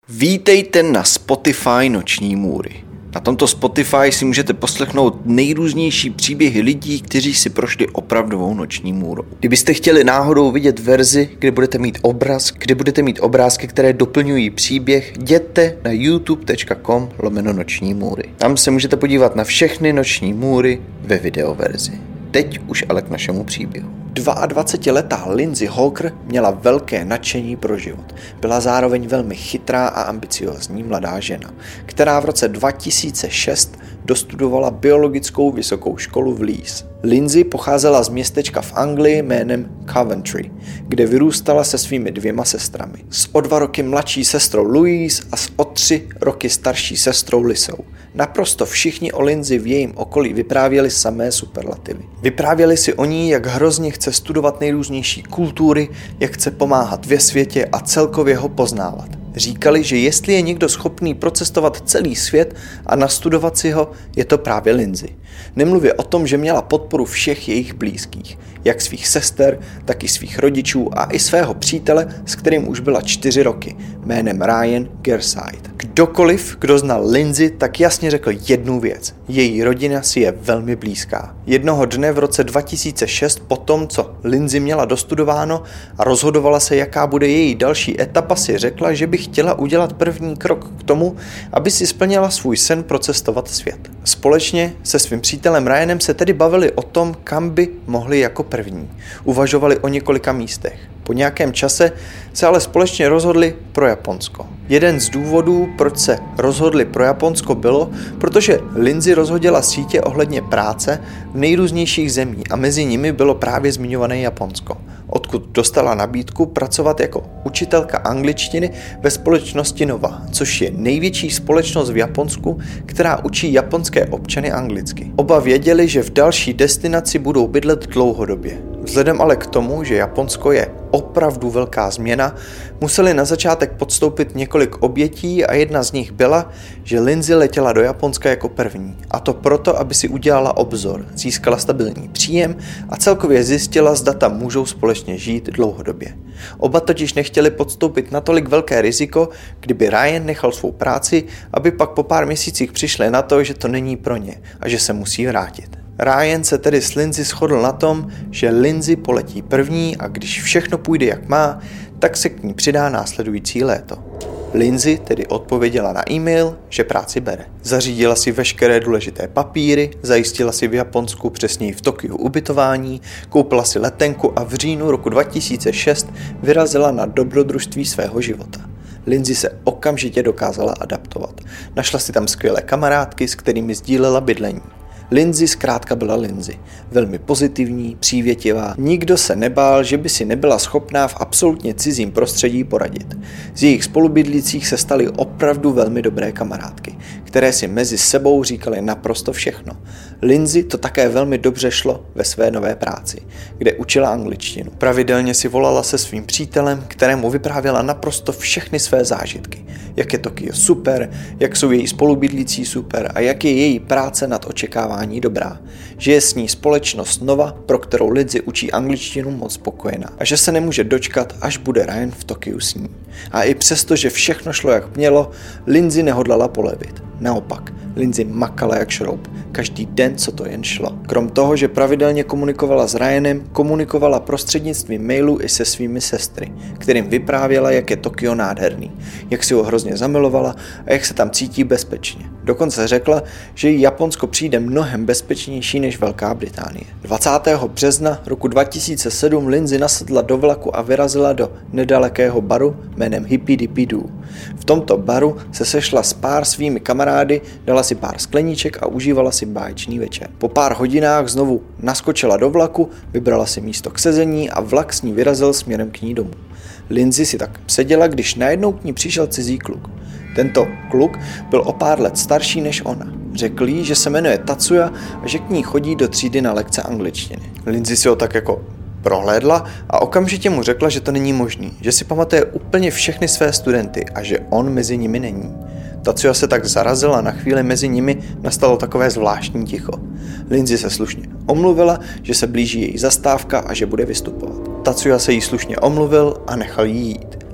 Vítejte na Spotify Noční můry. Na tomto Spotify si můžete poslechnout nejrůznější příběhy lidí, kteří si prošli opravdovou noční můrou. Kdybyste chtěli náhodou vidět verzi, kde budete mít obraz, kde budete mít obrázky, které doplňují příběh, jděte na youtube.com/noční můry. Tam se můžete podívat na všechny noční můry ve videoverzi. Teď už ale k našemu příběhu. 22letá Lindsay Hawker měla velké nadšení pro život. Byla zároveň velmi chytrá a ambiciózní mladá žena, která v roce 2006 dostudovala biologickou vysokou školu v Leeds. Lindsay pocházela z městečka v Anglii jménem Coventry, kde vyrůstala se svými 2 sestrami. S o 2 roky mladší sestrou Louise a s o 3 roky starší sestrou Lisou. Naprosto všichni o Lindsay v jejím okolí vyprávěli samé superlativy. Vyprávěli si o ní, jak hrozně chce studovat nejrůznější kultury, jak chce pomáhat ve světě a celkově ho poznávat. Říkali, že jestli je někdo schopný procestovat celý svět a nastudovat si ho, je to právě Lindsay. Nemluvě o tom, že měla podporu všech jejich blízkých, jak svých sester, tak i svých rodičů a i svého přítele, s kterým už byla 4 roky, jménem Ryan Garside. Kdokoliv, kdo znal Lindsay, tak jasně řekl jednu věc. Její rodina si je velmi blízká. Jednoho dne v roce 2006, po tom, co Lindsay měla dostudováno a rozhodovala se, jaká bude její další etapa, si řekla, že by chtěla udělat první krok k tomu, aby si splnila svůj sen procestovat svět. Společně se svým přítelem Ryanem se tedy bavili o tom, kam by mohli jako první. Uvažovali o několika místech. Po nějakém čase se ale společně rozhodli pro Japonsko. Jeden z důvodů, proč se rozhodli pro Japonsko, bylo, protože Lindsay rozhodila sítě ohledně práce v nejrůznějších zemí a mezi nimi bylo právě zmiňované Japonsko, odkud dostala nabídku pracovat jako učitelka angličtiny ve společnosti Nova, což je největší společnost v Japonsku, která učí japonské občany anglicky. Oba věděli, že v další destinaci budou bydlet dlouhodobě. Vzhledem ale k tomu, že Japonsko je opravdu velká změna, museli na začátek podstoupit několik obětí a jedna z nich byla, že Lindsay letěla do Japonska jako první. A to proto, aby si udělala obzor, získala stabilní příjem a celkově zjistila, zda tam můžou společně žít dlouhodobě. Oba totiž nechtěli podstoupit natolik velké riziko, kdyby Ryan nechal svou práci, aby pak po pár měsících přišli na to, že to není pro ně a že se musí vrátit. Ryan se tedy s Lindsay shodl na tom, že Lindsay poletí první a když všechno půjde jak má, tak se k ní přidá následující léto. Lindsay tedy odpověděla na e-mail, že práci bere. Zařídila si veškeré důležité papíry, zajistila si v Japonsku, přesněji v Tokiu, ubytování, koupila si letenku a v říjnu roku 2006 vyrazila na dobrodružství svého života. Lindsay se okamžitě dokázala adaptovat. Našla si tam skvělé kamarádky, s kterými sdílela bydlení. Lindsay zkrátka byla Lindsay. Velmi pozitivní, přívětivá. Nikdo se nebál, že by si nebyla schopná v absolutně cizím prostředí poradit. Z jejich spolubydlících se staly opravdu velmi dobré kamarádky, které si mezi sebou říkaly naprosto všechno. Lindsay to také velmi dobře šlo ve své nové práci, kde učila angličtinu. Pravidelně si volala se svým přítelem, kterému vyprávěla naprosto všechny své zážitky. Jak je Tokio super, jak jsou její spolubydlící super a jak je její práce nad očekávání dobrá. Že je s ní společnost Nova, pro kterou Lindsay učí angličtinu, moc spokojená. A že se nemůže dočkat, až bude Ryan v Tokiu s ní. A i přesto, že všechno šlo jak mělo, Lindsay nehodlala polevit. Naopak, Lindsay makala jak šroub. Každý den, co to jen šlo. Krom toho, že pravidelně komunikovala s Ryanem, komunikovala prostřednictvím mailů i se svými sestry, kterým vyprávěla, jak je Tokio nádherný, jak si ho hrozně zamilovala a jak se tam cítí bezpečně. Dokonce řekla, že jí Japonsko přijde mnohem bezpečnější než Velká Británie. 20. března roku 2007 Lindsay nasedla do vlaku a vyrazila do nedalekého baru jménem Hippy Dippy Doo. V tomto baru se sešla s pár svými kamarády, dala si pár skleníček a užívala si báječný večer. Po pár hodinách znovu naskočila do vlaku, vybrala si místo k sezení a vlak s ní vyrazil směrem k ní domů. Lindsay si tak seděla, když najednou k ní přišel cizí kluk. Tento kluk byl o pár let starší než ona. Řekl jí, že se jmenuje Tatsuya a že k ní chodí do třídy na lekce angličtiny. Lindsay si ho tak jako prohlédla a okamžitě mu řekla, že to není možný, že si pamatuje úplně všechny své studenty a že on mezi nimi není. Tatsuya se tak zarazila a na chvíli mezi nimi nastalo takové zvláštní ticho. Lindsay se slušně omluvila, že se blíží její zastávka a že bude vystupovat. Tatsuya se jí slušně omluvil a nechal jí jít.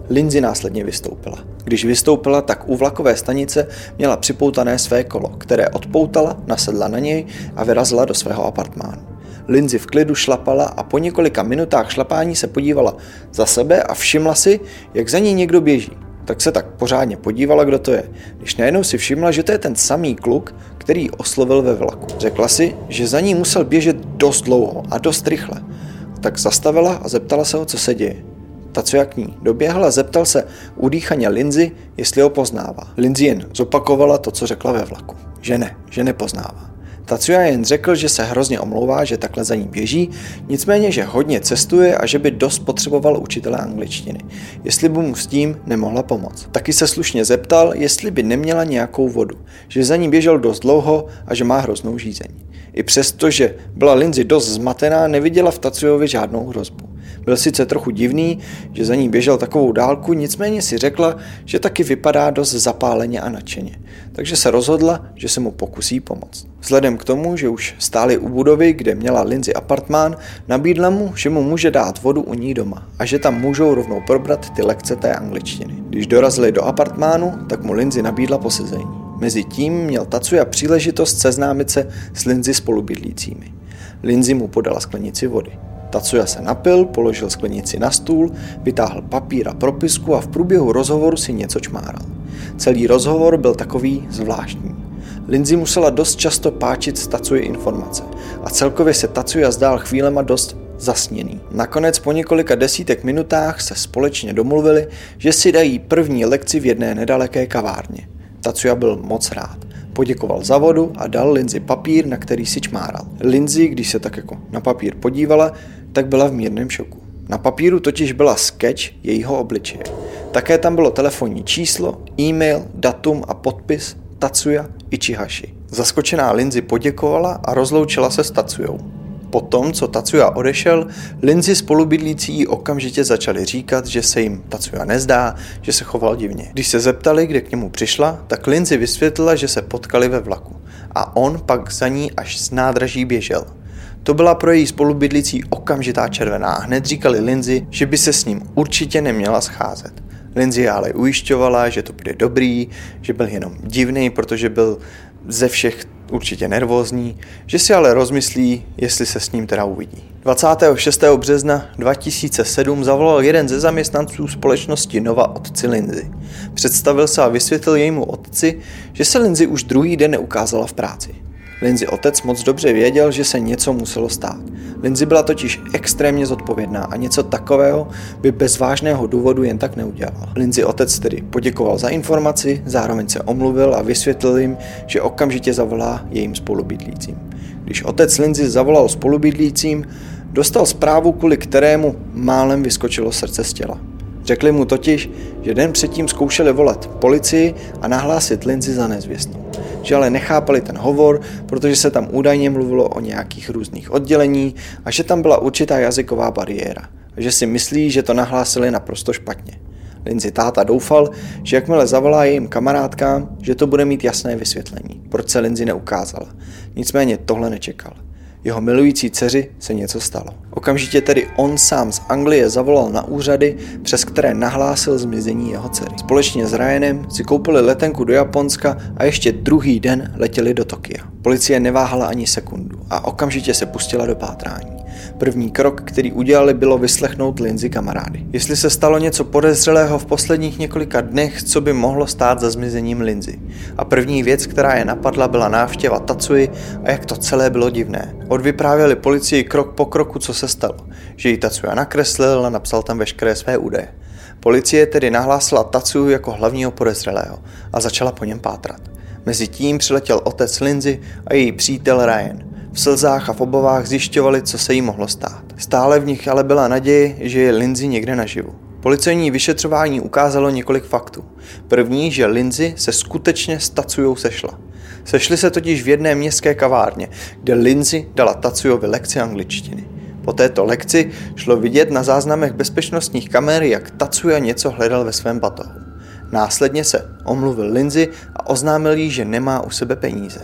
Lindsay následně vystoupila. Když vystoupila, tak u vlakové stanice měla připoutané své kolo, které odpoutala, nasedla na něj a vyrazila do svého apartmánu. Lindsay v klidu šlapala a po několika minutách šlapání se podívala za sebe a všimla si, jak za ní někdo běží. Tak se tak pořádně podívala, kdo to je, když najednou si všimla, že to je ten samý kluk, který ji oslovil ve vlaku. Řekla si, že za ní musel běžet dost dlouho a dost rychle. Tak zastavila a zeptala se ho, co se děje. Tatsuya k ní doběhl a zeptal se udýchaně Lindsay, jestli ho poznává. Lindsay jen zopakovala to, co řekla ve vlaku. Že nepoznává. Tatsuya jen řekl, že se hrozně omlouvá, že takhle za ní běží, nicméně, že hodně cestuje a že by dost potřeboval učitele angličtiny, jestli by mu s tím nemohla pomoct. Taky se slušně zeptal, jestli by neměla nějakou vodu, že za ní běžel dost dlouho a že má hroznou žízeň. I přesto, že byla Lindsay dost zmatená, neviděla v Tatsuyovi žádnou hrozbu. Byl sice trochu divný, že za ní běžel takovou dálku, nicméně si řekla, že taky vypadá dost zapáleně a nadšeně. Takže se rozhodla, že se mu pokusí pomoct. Vzhledem k tomu, že už stáli u budovy, kde měla Lindsay apartmán, nabídla mu, že mu může dát vodu u ní doma a že tam můžou rovnou probrat ty lekce té angličtiny. Když dorazili do apartmánu, tak mu Lindsay nabídla posezení. Mezitím měl Tatsuya příležitost seznámit se s Lindsay spolubydlícími. Lindsay mu podala sklenici vody. Tatsuya se napil, položil sklenici na stůl, vytáhl papír a propisku a v průběhu rozhovoru si něco čmáral. Celý rozhovor byl takový zvláštní. Lindsay musela dost často páčit z Tatsuyi informace a celkově se Tatsuya zdál chvílema dost zasněný. Nakonec po několika desítek minutách se společně domluvili, že si dají první lekci v jedné nedaleké kavárně. Tatsuya byl moc rád. Poděkoval za vodu a dal Lindsay papír, na který si čmáral. Lindsay, když se tak jako na papír podívala, tak byla v mírném šoku. Na papíru totiž byla sketch jejího obličeje. Také tam bylo telefonní číslo, e-mail, datum a podpis Tatsuya Ichihashi. Zaskočená Lindsay poděkovala a rozloučila se s Tatsuyou. Potom, co Tatsuya odešel, Lindsay spolubydlící jí okamžitě začali říkat, že se jim Tatsuya nezdá, že se choval divně. Když se zeptali, kde k němu přišla, tak Lindsay vysvětlila, že se potkali ve vlaku a on pak za ní až z nádraží běžel. To byla pro její spolubydlící okamžitá červená a hned říkali Lindsay, že by se s ním určitě neměla scházet. Lindsay ale ujišťovala, že to bude dobrý, že byl jenom divný, protože byl ze všech určitě nervózní, že si ale rozmyslí, jestli se s ním teda uvidí. 26. března 2007 zavolal jeden ze zaměstnanců společnosti Nova otci Lindsay. Představil se a vysvětlil jejímu otci, že se Lindsay už druhý den neukázala v práci. Lindsay otec moc dobře věděl, že se něco muselo stát. Lindsay byla totiž extrémně zodpovědná a něco takového by bez vážného důvodu jen tak neudělala. Lindsay otec tedy poděkoval za informaci, zároveň se omluvil a vysvětlil jim, že okamžitě zavolá jejím spolubydlícím. Když otec Lindsay zavolal spolubydlícím, dostal zprávu, kvůli kterému málem vyskočilo srdce z těla. Řekli mu totiž, že den předtím zkoušeli volat policii a nahlásit Lindsay za nezvěstnou. Že ale nechápali ten hovor, protože se tam údajně mluvilo o nějakých různých oddělení a že tam byla určitá jazyková bariéra. A že si myslí, že to nahlásili naprosto špatně. Lindsay táta doufal, že jakmile zavolá jejím kamarádkám, že to bude mít jasné vysvětlení, proč se Lindsay neukázala. Nicméně tohle nečekal. Jeho milující dceři se něco stalo. Okamžitě tedy on sám z Anglie zavolal na úřady, přes které nahlásil zmizení jeho dcery. Společně s Ryanem si koupili letenku do Japonska a ještě druhý den letěli do Tokia. Policie neváhala ani sekundu a okamžitě se pustila do pátrání. První krok, který udělali, bylo vyslechnout Lindsay kamarády. Jestli se stalo něco podezřelého v posledních několika dnech, co by mohlo stát za zmizením Lindsay. A první věc, která je napadla, byla návštěva Tatsuyi a jak to celé bylo divné. Odvyprávěli policii krok po kroku, co se stalo. Že ji Tatsuya nakreslil a napsal tam veškeré své údaje. Policie tedy nahlásila Tatsuyu jako hlavního podezřelého a začala po něm pátrat. Mezitím přiletěl otec Lindsay a její přítel Ryan. V slzách a v obavách zjišťovali, co se jí mohlo stát. Stále v nich ale byla naděje, že je Lindsay někde naživu. Policejní vyšetřování ukázalo několik faktů. První, že Lindsay se skutečně s Tatsuyou sešla. Sešli se totiž v jedné městské kavárně, kde Lindsay dala Tatsuyovi lekci angličtiny. Po této lekci šlo vidět na záznamech bezpečnostních kamer, jak Tatsuya něco hledal ve svém batohu. Následně se omluvil Lindsay a oznámil jí, že nemá u sebe peníze.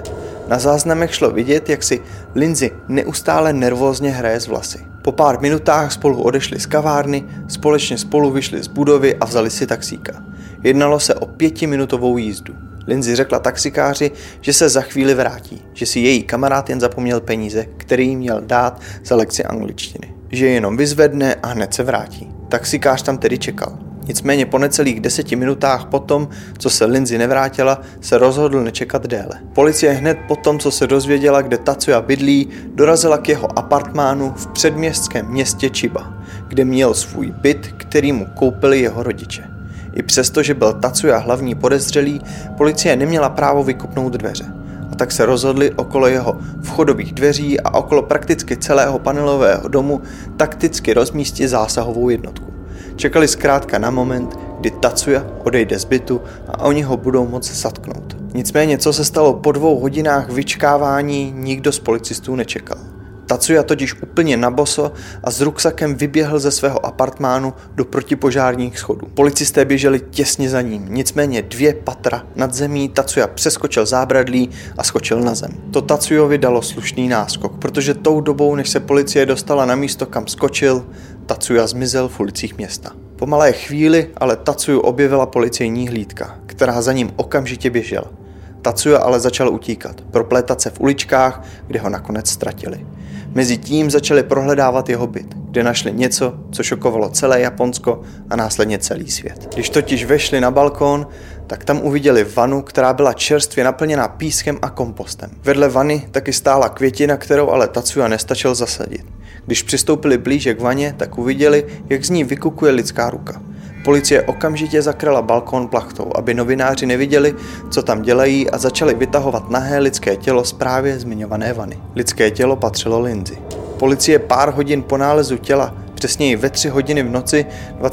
Na záznamech šlo vidět, jak si Lindsay neustále nervózně hraje s vlasy. Po pár minutách spolu odešli z kavárny, společně spolu vyšli z budovy a vzali si taxíka. Jednalo se o 5minutovou jízdu. Lindsay řekla taxikáři, že se za chvíli vrátí, že si její kamarád jen zapomněl peníze, které jí měl dát za lekci angličtiny. Že je jenom vyzvedne a hned se vrátí. Taxikář tam tedy čekal. Nicméně po necelých 10 minutách potom, co se Lindsay nevrátila, se rozhodl nečekat déle. Policie hned potom, co se dozvěděla, kde Tatsuya bydlí, dorazila k jeho apartmánu v předměstském městě Chiba, kde měl svůj byt, který mu koupili jeho rodiče. I přesto, že byl Tatsuya hlavní podezřelý, policie neměla právo vykopnout dveře. A tak se rozhodli okolo jeho vchodových dveří a okolo prakticky celého panelového domu takticky rozmístit zásahovou jednotku. Čekali zkrátka na moment, kdy Tatsuya odejde z bytu a oni ho budou moct zatknout. Nicméně, co se stalo po 2 hodinách vyčkávání, nikdo z policistů nečekal. Tatsuya totiž úplně naboso a s ruksakem vyběhl ze svého apartmánu do protipožárních schodů. Policisté běželi těsně za ním, nicméně 2 patra nad zemí Tatsuya přeskočil zábradlí a skočil na zem. To Tatsuyovi dalo slušný náskok, protože tou dobou, než se policie dostala na místo, kam skočil, Tatsuya zmizel v ulicích města. Po malé chvíli ale Tatsuyu objevila policejní hlídka, která za ním okamžitě běžela. Tatsuya ale začal utíkat, proplétat se v uličkách, kde ho nakonec ztratili. Mezitím začali prohledávat jeho byt, kde našli něco, co šokovalo celé Japonsko a následně celý svět. Když totiž vešli na balkón, tak tam uviděli vanu, která byla čerstvě naplněná pískem a kompostem. Vedle vany taky stála květina, kterou ale Tatsuya nestačil zasadit. Když přistoupili blíže k vaně, tak uviděli, jak z ní vykukuje lidská ruka. Policie okamžitě zakryla balkón plachtou, aby novináři neviděli, co tam dělají, a začali vytahovat nahé lidské tělo z právě zmiňované vany. Lidské tělo patřilo Lindsay. Policie pár hodin po nálezu těla, přesněji ve 3 hodiny v noci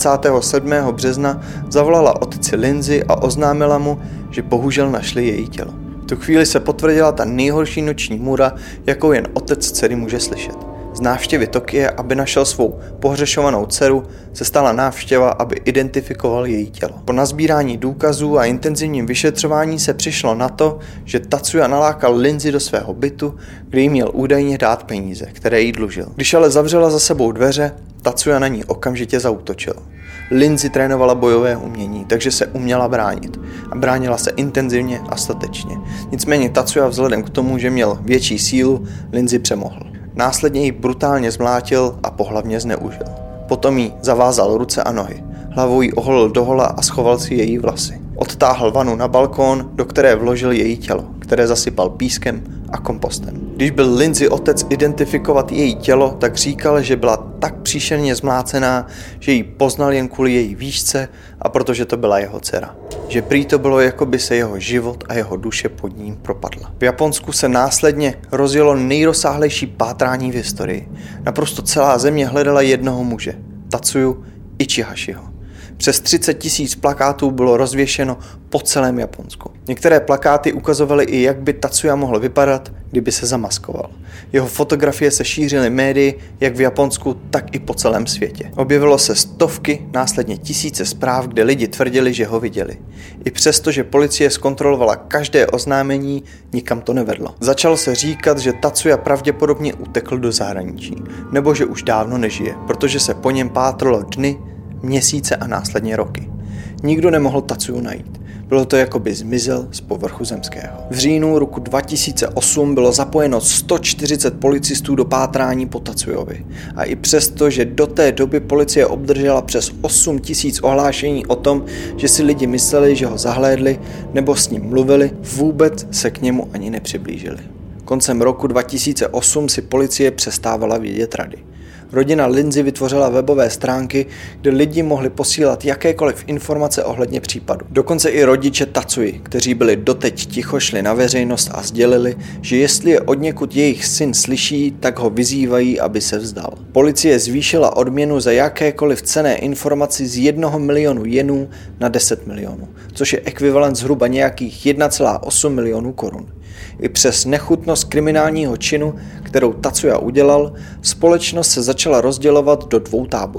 27. března, zavolala otci Lindsay a oznámila mu, že bohužel našli její tělo. V tu chvíli se potvrdila ta nejhorší noční můra, jakou jen otec dcery může slyšet. Z návštěvy Tokia, aby našel svou pohřešovanou dceru, se stala návštěva, aby identifikoval její tělo. Po nazbírání důkazů a intenzivním vyšetřování se přišlo na to, že Tatsuya nalákal Lindsay do svého bytu, kde jí měl údajně dát peníze, které jí dlužil. Když ale zavřela za sebou dveře, Tatsuya na ní okamžitě zaútočil. Lindsay trénovala bojové umění, takže se uměla bránit. A bránila se intenzivně a statečně. Nicméně Tatsuya vzhledem k tomu, že měl větší sílu, Lindsay přemohl. Následně ji brutálně zmlátil a pohlavně zneužil. Potom jí zavázal ruce a nohy. Hlavou ji oholil dohola a schoval si její vlasy. Odtáhl vanu na balkón, do které vložil její tělo, které zasypal pískem a kompostem. Když byl Lindsay otec identifikovat její tělo, tak říkal, že byla tak příšerně zmlácená, že ji poznal jen kvůli její výšce a protože to byla jeho dcera. Že prý to bylo, jako by se jeho život a jeho duše pod ním propadla. V Japonsku se následně rozjelo nejrozsáhlejší pátrání v historii. Naprosto celá země hledala jednoho muže, Tatsuyu Ichihashiho. Přes 30 000 plakátů bylo rozvěšeno po celém Japonsku. Některé plakáty ukazovaly i, jak by Tatsuya mohl vypadat, kdyby se zamaskoval. Jeho fotografie se šířily médii jak v Japonsku, tak i po celém světě. Objevilo se stovky, následně tisíce zpráv, kde lidi tvrdili, že ho viděli. I přesto, že policie zkontrolovala každé oznámení, nikam to nevedlo. Začalo se říkat, že Tatsuya pravděpodobně utekl do zahraničí, nebo že už dávno nežije, protože se po něm pátralo dny, měsíce a následně roky. Nikdo nemohl Tatsuyu najít. Bylo to, jako by zmizel z povrchu zemského. V říjnu roku 2008 bylo zapojeno 140 policistů do pátrání po Tatsuyovi. A i přesto, že do té doby policie obdržela přes 8 000 ohlášení o tom, že si lidi mysleli, že ho zahlédli nebo s ním mluvili, vůbec se k němu ani nepřiblížili. Koncem roku 2008 si policie přestávala vědět rady. Rodina Lindsay vytvořila webové stránky, kde lidi mohli posílat jakékoliv informace ohledně případu. Dokonce i rodiče Tatsuyi, kteří byli doteď ticho, šli na veřejnost a sdělili, že jestli je odněkud jejich syn slyší, tak ho vyzývají, aby se vzdal. Policie zvýšila odměnu za jakékoliv cenné informaci z 1 milionu jenů na 10 milionů, což je ekvivalent zhruba nějakých 1,8 milionu korun. I přes nechutnost kriminálního činu, kterou Tatsuya udělal, společnost se začala rozdělovat do 2 táborů.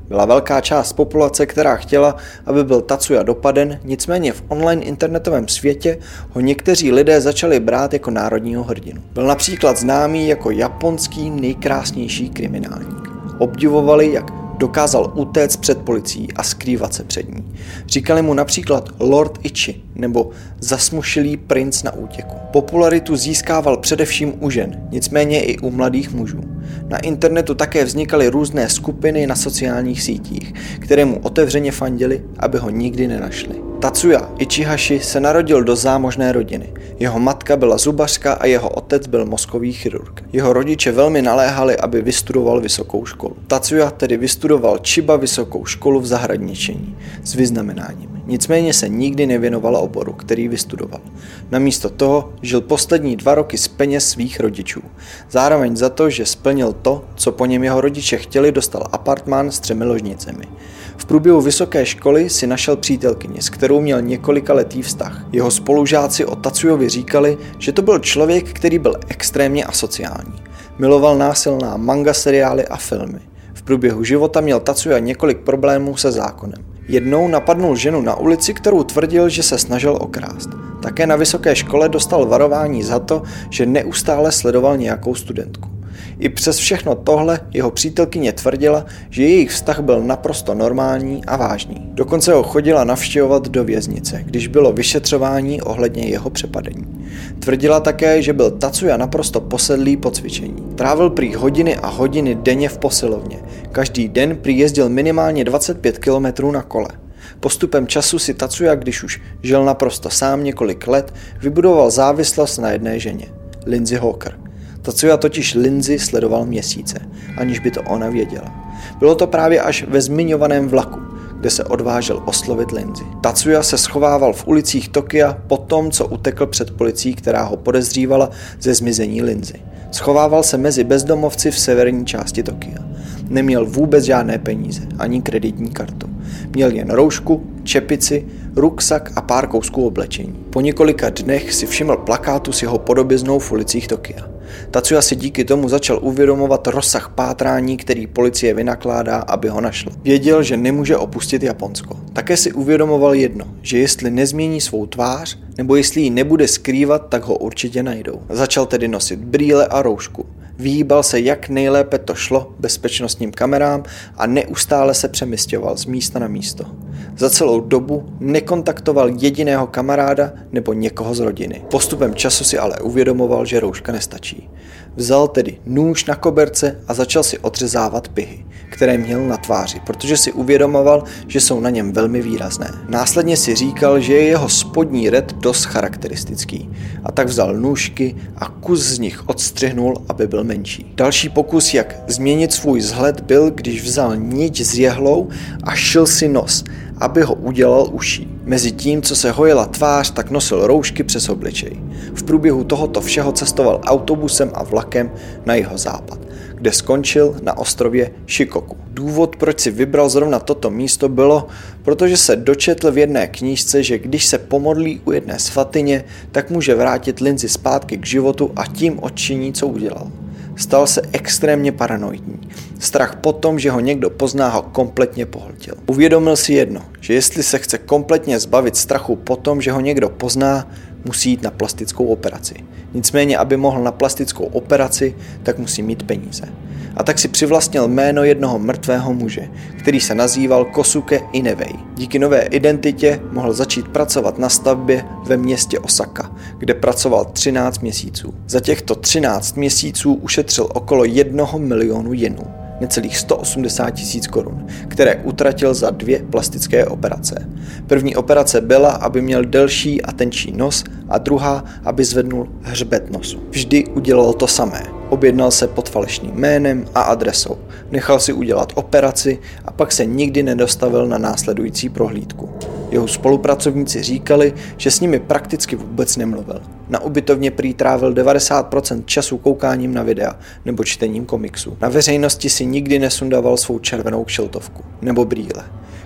Byla velká část populace, která chtěla, aby byl Tatsuya dopaden, nicméně v online internetovém světě ho někteří lidé začali brát jako národního hrdinu. Byl například známý jako japonský nejkrásnější kriminálník. Obdivovali, jak dokázal utéct před policií a skrývat se před ní. Říkali mu například Lord Ichi nebo zasmušilý princ na útěku. Popularitu získával především u žen, nicméně i u mladých mužů. Na internetu také vznikaly různé skupiny na sociálních sítích, které mu otevřeně fandili, aby ho nikdy nenašli. Tatsuya Ichihashi se narodil do zámožné rodiny. Jeho matka byla zubařka a jeho otec byl mozkový chirurg. Jeho rodiče velmi naléhali, aby vystudoval vysokou školu. Tatsuya tedy vystudoval Chiba vysokou školu v zahradničení s vyznamenáním. Nicméně se nikdy nevěnoval oboru, který vystudoval. Namísto toho žil poslední 2 roky z peněz svých rodičů. Zároveň za to, že splnil to, co po něm jeho rodiče chtěli, dostal apartmán s 3 ložnicemi. V průběhu vysoké školy si našel přítelkyni, s kterou měl několikaletý vztah. Jeho spolužáci o Tatsuyovi říkali, že to byl člověk, který byl extrémně asociální. Miloval násilná manga seriály a filmy. V průběhu života měl Tatsuya několik problémů se zákonem. Jednou napadnul ženu na ulici, kterou tvrdil, že se snažil okrást. Také na vysoké škole dostal varování za to, že neustále sledoval nějakou studentku. I přes všechno tohle jeho přítelkyně tvrdila, že jejich vztah byl naprosto normální a vážný. Dokonce ho chodila navštěvovat do věznice, když bylo vyšetřování ohledně jeho přepadení. Tvrdila také, že byl Tatsuya naprosto posedlý po cvičení. Trávil prý hodiny a hodiny denně v posilovně. Každý den prý jezdil minimálně 25 km na kole. Postupem času si Tatsuya, když už žil naprosto sám několik let, vybudoval závislost na jedné ženě, Lindsay Hawker. Tatsuya totiž Lindsay sledoval měsíce, aniž by to ona věděla. Bylo to právě až ve zmiňovaném vlaku, kde se odvážel oslovit Lindsay. Tatsuya se schovával v ulicích Tokia po tom, co utekl před policií, která ho podezřívala ze zmizení Lindsay. Schovával se mezi bezdomovci v severní části Tokia. Neměl vůbec žádné peníze, ani kreditní kartu. Měl jen roušku, čepici, ruksak a pár kousků oblečení. Po několika dnech si všiml plakátu s jeho podobiznou v ulicích Tokia. Tatsuya si díky tomu začal uvědomovat rozsah pátrání, který policie vynakládá, aby ho našla. Věděl, že nemůže opustit Japonsko. Také si uvědomoval jedno, že jestli nezmění svou tvář, nebo jestli ji nebude skrývat, tak ho určitě najdou. Začal tedy nosit brýle a roušku. Vyhýbal se, jak nejlépe to šlo, bezpečnostním kamerám a neustále se přemisťoval z místa na místo. Za celou dobu nekontaktoval jediného kamaráda nebo někoho z rodiny. Postupem času si ale uvědomoval, že rouška nestačí. Vzal tedy nůž na koberce a začal si odřezávat pihy, které měl na tváři, protože si uvědomoval, že jsou na něm velmi výrazné. Následně si říkal, že je jeho spodní red dost charakteristický, a tak vzal nůžky a kus z nich odstřihnul, aby byl menší. Další pokus, jak změnit svůj vzhled, byl, když vzal niť s jehlou a šil si nos, aby ho udělal uší. Mezi tím, co se hojila tvář, tak nosil roušky přes obličej. V průběhu tohoto všeho cestoval autobusem a vlakem na jihozápad, kde skončil na ostrově Shikoku. Důvod, proč si vybral zrovna toto místo, bylo, protože se dočetl v jedné knížce, že když se pomodlí u jedné svatyně, tak může vrátit Lindsay zpátky k životu a tím odčiní, co udělal. Stal se extrémně paranoidní. Strach po tom, že ho někdo pozná, ho kompletně pohltil. Uvědomil si jedno, že jestli se chce kompletně zbavit strachu po tom, že ho někdo pozná, musí jít na plastickou operaci. Nicméně, aby mohl na plastickou operaci, tak musí mít peníze. A tak si přivlastnil jméno jednoho mrtvého muže, který se nazýval Kosuke Inewei. Díky nové identitě mohl začít pracovat na stavbě ve městě Osaka, kde pracoval 13 měsíců. Za těchto 13 měsíců ušetřil okolo 1 milionu jenů, necelých 180 000 korun, které utratil za 2 plastické operace. První operace byla, aby měl delší a tenčí nos, a druhá, aby zvednul hřbet nosu. Vždy udělal to samé. Objednal se pod falešným jménem a adresou. Nechal si udělat operaci a pak se nikdy nedostavil na následující prohlídku. Jeho spolupracovníci říkali, že s nimi prakticky vůbec nemluvil. Na ubytovně prý trávil 90% času koukáním na videa nebo čtením komiksů. Na veřejnosti si nikdy nesundával svou červenou kšiltovku nebo brýle.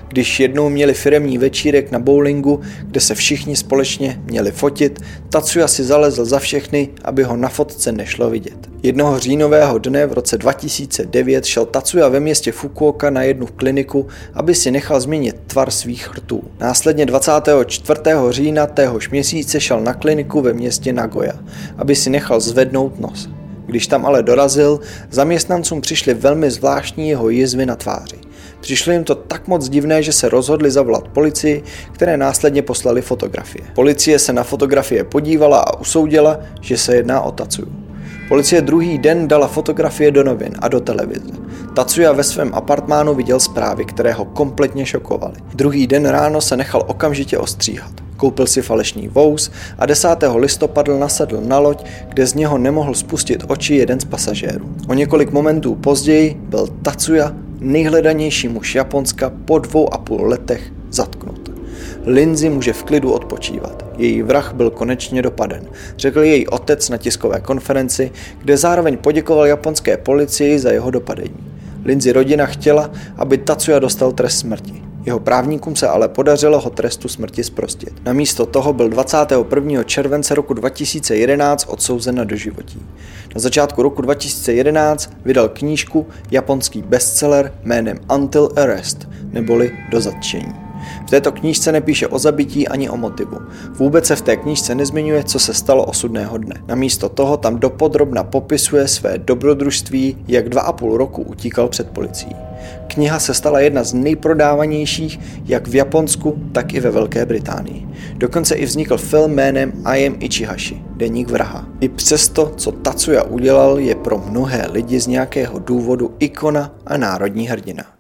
Když jednou měli firemní večírek na bowlingu, kde se všichni společně měli fotit, Tatsuya si zalezl za všechny, aby ho na fotce nešlo vidět. Jednoho říjnového dne v roce 2009 šel Tatsuya ve městě Fukuoka na jednu kliniku, aby si nechal změnit tvar svých rtů. Následně 24. října téhož měsíce šel na kliniku ve městě Nagoya, aby si nechal zvednout nos. Když tam ale dorazil, zaměstnancům přišly velmi zvláštní jeho jizvy na tváři. Přišlo jim to tak moc divné, že se rozhodli zavolat policii, které následně poslali fotografie. Policie se na fotografie podívala a usoudila, že se jedná o Tatsuyu. Policie druhý den dala fotografie do novin a do televize. Tatsuya ve svém apartmánu viděl zprávy, které ho kompletně šokovaly. Druhý den ráno se nechal okamžitě ostříhat. Koupil si falešný vous a 10. listopadu nasedl na loď, kde z něho nemohl spustit oči jeden z pasažérů. O několik momentů později byl Tatsuya, nejhledanější muž Japonska, po 2,5 letech zatknut. Lindsay může v klidu odpočívat. Její vrah byl konečně dopaden, řekl její otec na tiskové konferenci, kde zároveň poděkoval japonské policii za jeho dopadení. Lindsay rodina chtěla, aby Tatsuya dostal trest smrti. Jeho právníkům se ale podařilo ho trestu smrti zprostit. Namísto toho byl 21. července roku 2011 odsouzen na doživotí. Na začátku roku 2011 vydal knížku, japonský bestseller jménem Until Arrest, neboli Do zatčení. V této knížce nepíše o zabití ani o motivu. Vůbec se v té knížce nezmiňuje, co se stalo osudného dne. Namísto toho tam dopodrobna popisuje své dobrodružství, jak 2,5 roku utíkal před policií. Kniha se stala jedna z nejprodávanějších jak v Japonsku, tak i ve Velké Británii. Dokonce i vznikl film jménem I Am Ichihashi, deník vraha. I přesto, co Tatsuya udělal, je pro mnohé lidi z nějakého důvodu ikona a národní hrdina.